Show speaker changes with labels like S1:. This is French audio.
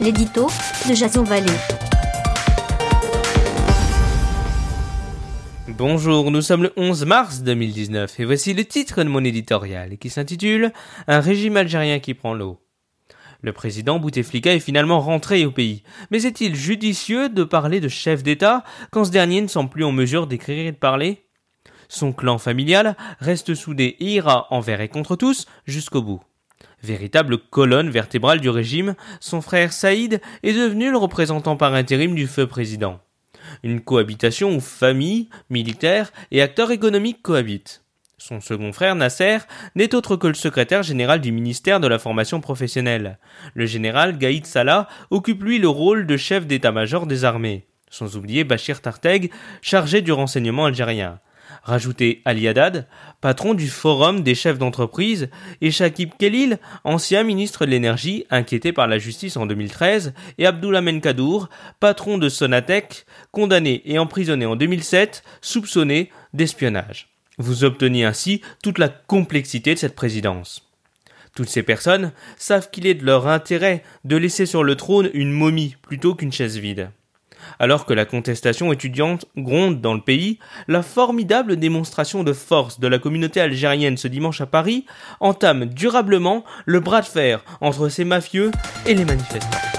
S1: l'édito de Jason Vallée.
S2: Bonjour, nous sommes le 11 mars 2019 et voici le titre de mon éditorial qui s'intitule « Un régime algérien qui prend l'eau ». Le président Bouteflika est finalement rentré au pays, mais est-il judicieux de parler de chef d'État quand ce dernier ne semble plus en mesure d'écrire et de parler ? Son clan familial reste soudé et ira envers et contre tous jusqu'au bout. Véritable colonne vertébrale du régime, son frère Saïd est devenu le représentant par intérim du feu président. Une cohabitation où famille, militaires et acteurs économiques cohabitent. Son second frère Nasser n'est autre que le secrétaire général du ministère de la formation professionnelle. Le général Gaïd Salah occupe lui le rôle de chef d'état-major des armées. Sans oublier Bachir Tarteg, chargé du renseignement algérien. Rajoutez Ali Haddad, patron du Forum des chefs d'entreprise, et Chakib Khalil, ancien ministre de l'énergie, inquiété par la justice en 2013, et Abdoulhamid Kadour, patron de Sonatek, condamné et emprisonné en 2007, soupçonné d'espionnage. Vous obtenez ainsi toute la complexité de cette présidence. Toutes ces personnes savent qu'il est de leur intérêt de laisser sur le trône une momie plutôt qu'une chaise vide. Alors que la contestation étudiante gronde dans le pays, la formidable démonstration de force de la communauté algérienne ce dimanche à Paris entame durablement le bras de fer entre ces mafieux et les manifestants.